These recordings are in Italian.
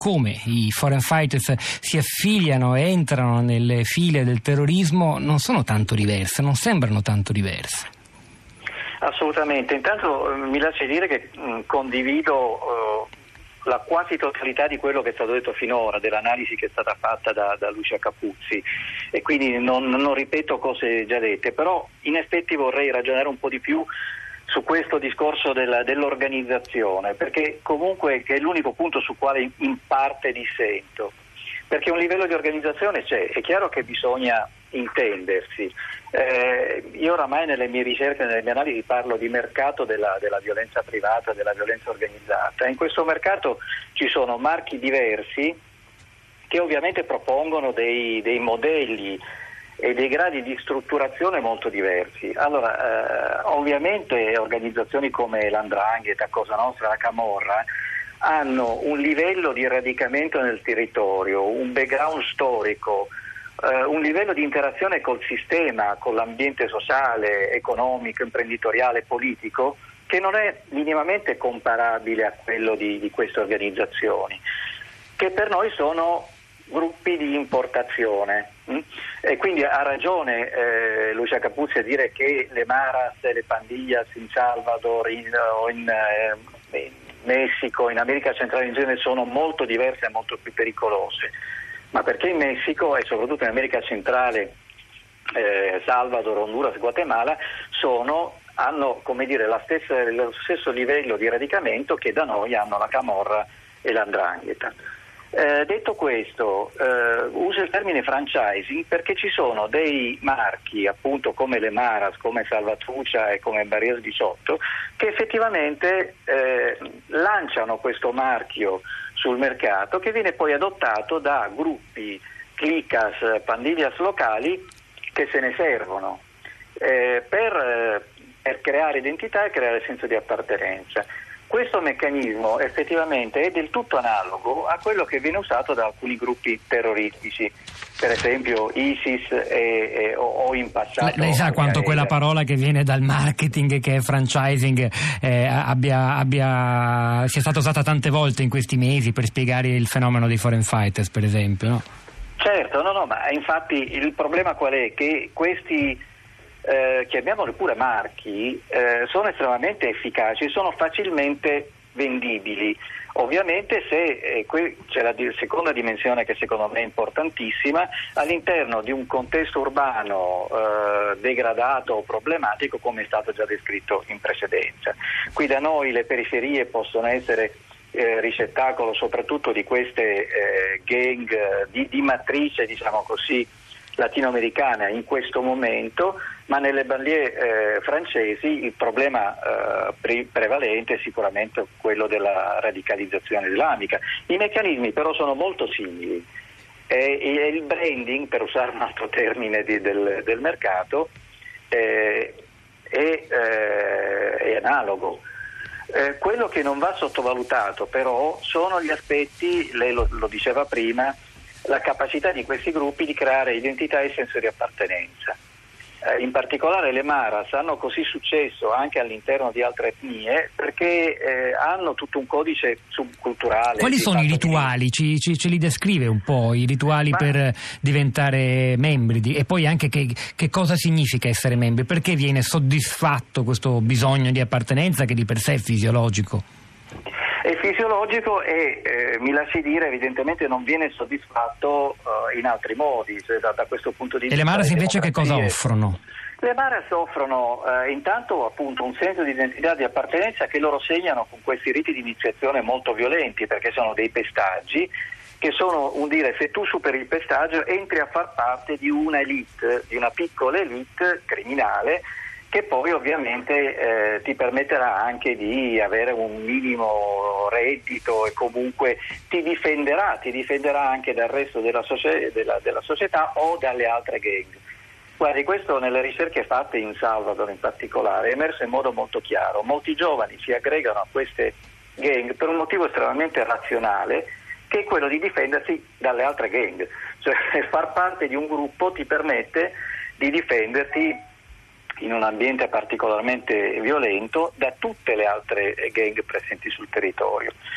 come i foreign fighters si affiliano e entrano nelle file del terrorismo non sono tanto diverse, non sembrano tanto diverse. Assolutamente. Intanto mi lasci dire che condivido la quasi totalità di quello che è stato detto finora, dell'analisi che è stata fatta da Lucia Capuzzi, e quindi non ripeto cose già dette, però in effetti vorrei ragionare un po' di più su questo discorso dell'organizzazione, perché comunque che è l'unico punto su quale in parte dissento, perché un livello di organizzazione c'è, è chiaro che bisogna intendersi. Io oramai nelle mie ricerche, nelle mie analisi parlo di mercato della violenza privata, della violenza organizzata. In questo mercato ci sono marchi diversi che ovviamente propongono dei modelli e dei gradi di strutturazione molto diversi. Allora, ovviamente organizzazioni come l'Andrangheta, Cosa Nostra, la Camorra hanno un livello di radicamento nel territorio, un background storico, un livello di interazione col sistema, con l'ambiente sociale, economico, imprenditoriale, politico, che non è minimamente comparabile a quello di queste organizzazioni, che per noi sono gruppi di importazione. E quindi ha ragione Lucia Capuzzi a dire che le maras e le pandillas in Salvador o in Messico, in America Centrale in genere, sono molto diverse e molto più pericolose, ma perché in Messico e soprattutto in America Centrale, Salvador, Honduras, Guatemala hanno come dire lo stesso livello di radicamento che da noi hanno la Camorra e l'Andrangheta. Detto questo, uso il termine franchising perché ci sono dei marchi, appunto come le Maras, come Salvatrucha e come Barriere 18, che effettivamente lanciano questo marchio sul mercato, che viene poi adottato da gruppi, clicas, pandillas locali che se ne servono per creare identità e creare senso di appartenenza. Questo meccanismo effettivamente è del tutto analogo a quello che viene usato da alcuni gruppi terroristici, per esempio ISIS o in passato. Lei sa quanto quella parola che viene dal marketing, che è franchising, sia stata usata tante volte in questi mesi per spiegare il fenomeno dei foreign fighters, per esempio, no? Certo, ma infatti il problema qual è? Che questi chiamiamoli pure marchi, sono estremamente efficaci, sono facilmente vendibili. Ovviamente se c'è la seconda dimensione che secondo me è importantissima, all'interno di un contesto urbano degradato o problematico, come è stato già descritto in precedenza. Qui da noi le periferie possono essere ricettacolo soprattutto di queste gang di matrice, diciamo così, latinoamericana in questo momento, ma nelle banlieue francesi il problema prevalente è sicuramente quello della radicalizzazione islamica. I meccanismi però sono molto simili e il branding, per usare un altro termine del mercato, è analogo. Quello che non va sottovalutato però sono gli aspetti, lei lo diceva prima, la capacità di questi gruppi di creare identità e senso di appartenenza. In particolare le Maras hanno così successo anche all'interno di altre etnie perché hanno tutto un codice subculturale. Quali sono i rituali? Ce li descrive un po' i rituali per diventare membri e poi anche che cosa significa essere membri? Perché viene soddisfatto questo bisogno di appartenenza che di per sé è fisiologico? È fisiologico e mi lasci dire evidentemente non viene soddisfatto in altri modi, cioè da questo punto di vista. E le Maras invece che cosa offrono? Le Maras offrono intanto appunto un senso di identità, di appartenenza che loro segnano con questi riti di iniziazione molto violenti, perché sono dei pestaggi che sono se tu superi il pestaggio entri a far parte di una elite, di una piccola elite criminale, che poi ovviamente ti permetterà anche di avere un minimo reddito e comunque ti difenderà anche dal resto della società o dalle altre gang. Guardi, questo nelle ricerche fatte in Salvador in particolare è emerso in modo molto chiaro. Molti giovani si aggregano a queste gang per un motivo estremamente razionale, che è quello di difendersi dalle altre gang. Cioè far parte di un gruppo ti permette di difenderti in un ambiente particolarmente violento da tutte le altre gang presenti sul territorio.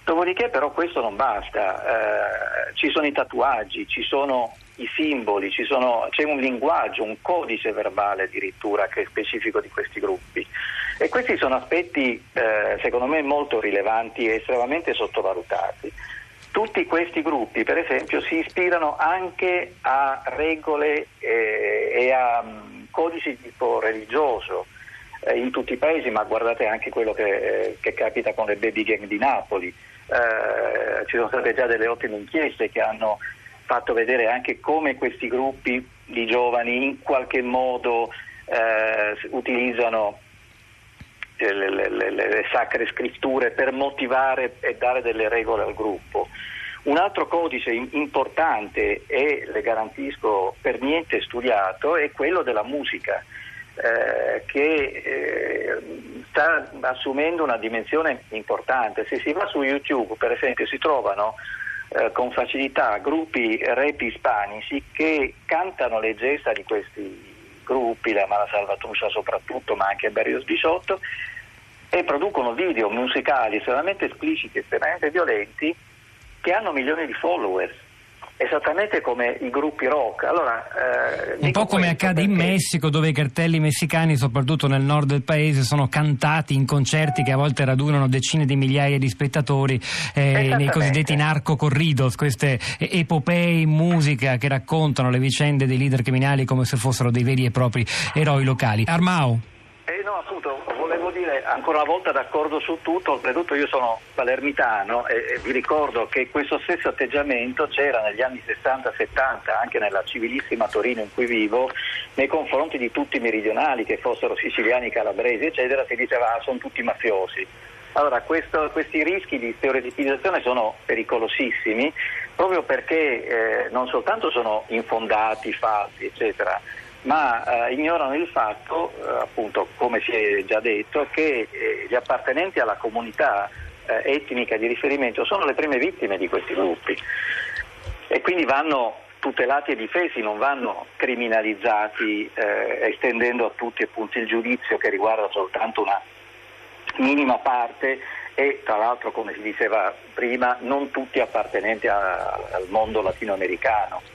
Dopodiché però questo non basta, ci sono i tatuaggi, ci sono i simboli, c'è un linguaggio, un codice verbale addirittura che è specifico di questi gruppi, e questi sono aspetti secondo me molto rilevanti e estremamente sottovalutati. Tutti questi gruppi per esempio si ispirano anche a regole e a codici di tipo religioso in tutti i paesi, ma guardate anche quello che capita con le baby gang di Napoli. Ci sono state già delle ottime inchieste che hanno fatto vedere anche come questi gruppi di giovani in qualche modo utilizzano le sacre scritture per motivare e dare delle regole al gruppo. Un altro codice importante e, le garantisco, per niente studiato, è quello della musica, che sta assumendo una dimensione importante. Se si va su YouTube, per esempio, si trovano con facilità gruppi rap ispanici che cantano le gesta di questi gruppi, la Mala Salvatrucha soprattutto, ma anche Barrios 18, e producono video musicali estremamente espliciti, estremamente violenti, che hanno milioni di followers, esattamente come i gruppi rock. Allora, un po' come accade in Messico, dove i cartelli messicani, soprattutto nel nord del paese, sono cantati in concerti che a volte radunano decine di migliaia di spettatori, nei cosiddetti narcocorridos, queste epopee in musica che raccontano le vicende dei leader criminali come se fossero dei veri e propri eroi locali. Armao? No, appunto, volevo dire ancora una volta d'accordo su tutto. Oltretutto io sono palermitano e vi ricordo che questo stesso atteggiamento c'era negli anni 60-70 anche nella civilissima Torino in cui vivo, nei confronti di tutti i meridionali, che fossero siciliani, calabresi eccetera. Si diceva sono tutti mafiosi. Allora questi rischi di stereotipizzazione sono pericolosissimi, proprio perché non soltanto sono infondati, falsi eccetera, ma ignorano il fatto, appunto, come si è già detto, che gli appartenenti alla comunità etnica di riferimento sono le prime vittime di questi gruppi, e quindi vanno tutelati e difesi, non vanno criminalizzati estendendo a tutti, appunto, il giudizio che riguarda soltanto una minima parte, e tra l'altro, come si diceva prima, non tutti appartenenti al mondo latinoamericano.